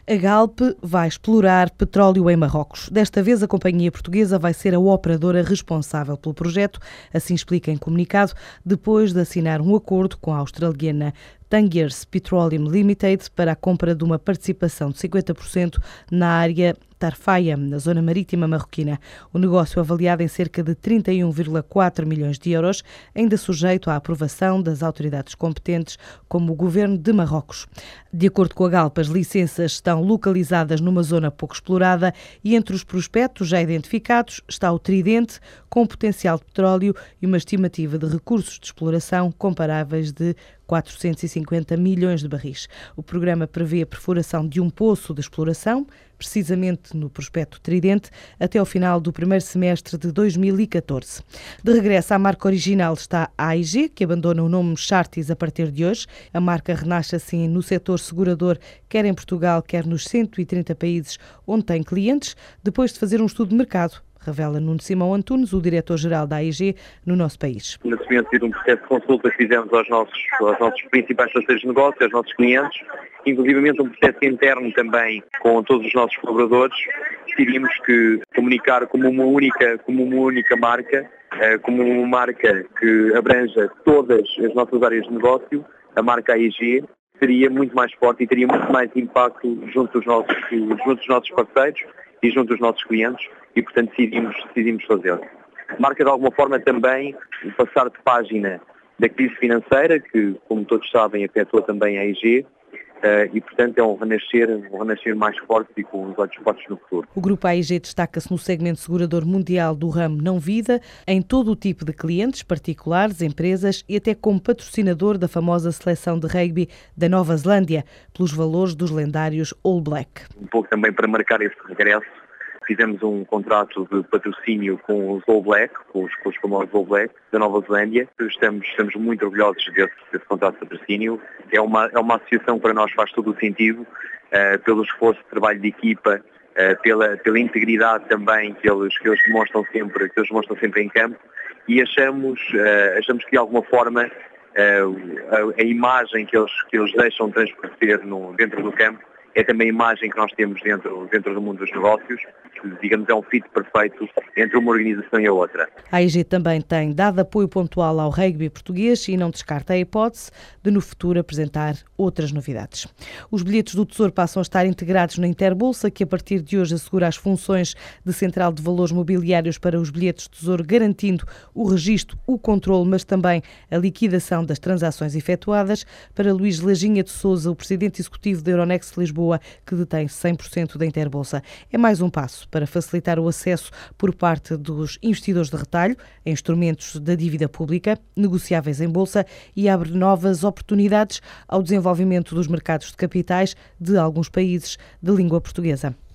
A Galp vai explorar petróleo em Marrocos. Desta vez, a companhia portuguesa vai ser a operadora responsável pelo projeto, assim explica em comunicado, depois de assinar um acordo com a australiana Tangiers Petroleum Limited para a compra de uma participação de 50% na área Tarfaya, na zona marítima marroquina. O negócio avaliado em cerca de 31,4 milhões de euros, ainda sujeito à aprovação das autoridades competentes, como o governo de Marrocos. De acordo com a Galp, as licenças estão localizadas numa zona pouco explorada e entre os prospectos já identificados está o Tridente, com potencial de petróleo e uma estimativa de recursos de exploração comparáveis de 450 milhões de barris. O programa prevê a perfuração de um poço de exploração, precisamente no prospecto Tridente, até ao final do primeiro semestre de 2014. De regresso à marca original está a AIG, que abandona o nome Chartis a partir de hoje. A marca renasce assim no setor segurador, quer em Portugal, quer nos 130 países onde tem clientes, depois de fazer um estudo de mercado, revela Nuno Simão Antunes, o diretor-geral da AIG no nosso país. Na sequência de um processo de consulta que fizemos aos nossos principais parceiros de negócio, aos nossos clientes, inclusivamente um processo interno também com todos os nossos colaboradores, decidimos que comunicar como uma única marca, como uma marca que abranja todas as nossas áreas de negócio, a marca AIG, seria muito mais forte e teria muito mais impacto junto dos nossos parceiros e junto dos nossos clientes e, portanto, decidimos fazê-lo. Marca, de alguma forma, também passar de página da crise financeira, que, como todos sabem, afetou também a AIG, e, portanto, é um renascer mais forte e com os olhos postos no futuro. O grupo AIG destaca-se no segmento segurador mundial do ramo não-vida, em todo o tipo de clientes, particulares, empresas e até como patrocinador da famosa seleção de rugby da Nova Zelândia, pelos valores dos lendários All Black. Um pouco também para marcar esse regresso, fizemos um contrato de patrocínio com os All Black, com os famosos All Black da Nova Zelândia. Estamos muito orgulhosos desse contrato de patrocínio. É uma associação que para nós faz todo o sentido, pelo esforço de trabalho de equipa, pela integridade também que eles demonstram sempre em campo, e achamos que de alguma forma a imagem que eles deixam transparecer dentro do campo é também a imagem que nós temos dentro do mundo dos negócios. Digamos, é um fit perfeito entre uma organização e a outra. A AIG também tem dado apoio pontual ao rugby português e não descarta a hipótese de no futuro apresentar outras novidades. Os bilhetes do Tesouro passam a estar integrados na Interbolsa, que a partir de hoje assegura as funções de central de valores mobiliários para os bilhetes do Tesouro, garantindo o registro, o controle, mas também a liquidação das transações efetuadas. Para Luís Lajinha de Sousa, o presidente executivo da Euronext Lisboa, que detém 100% da Interbolsa. É mais um passo para facilitar o acesso por parte dos investidores de retalho a instrumentos da dívida pública negociáveis em bolsa e abre novas oportunidades ao desenvolvimento dos mercados de capitais de alguns países de língua portuguesa.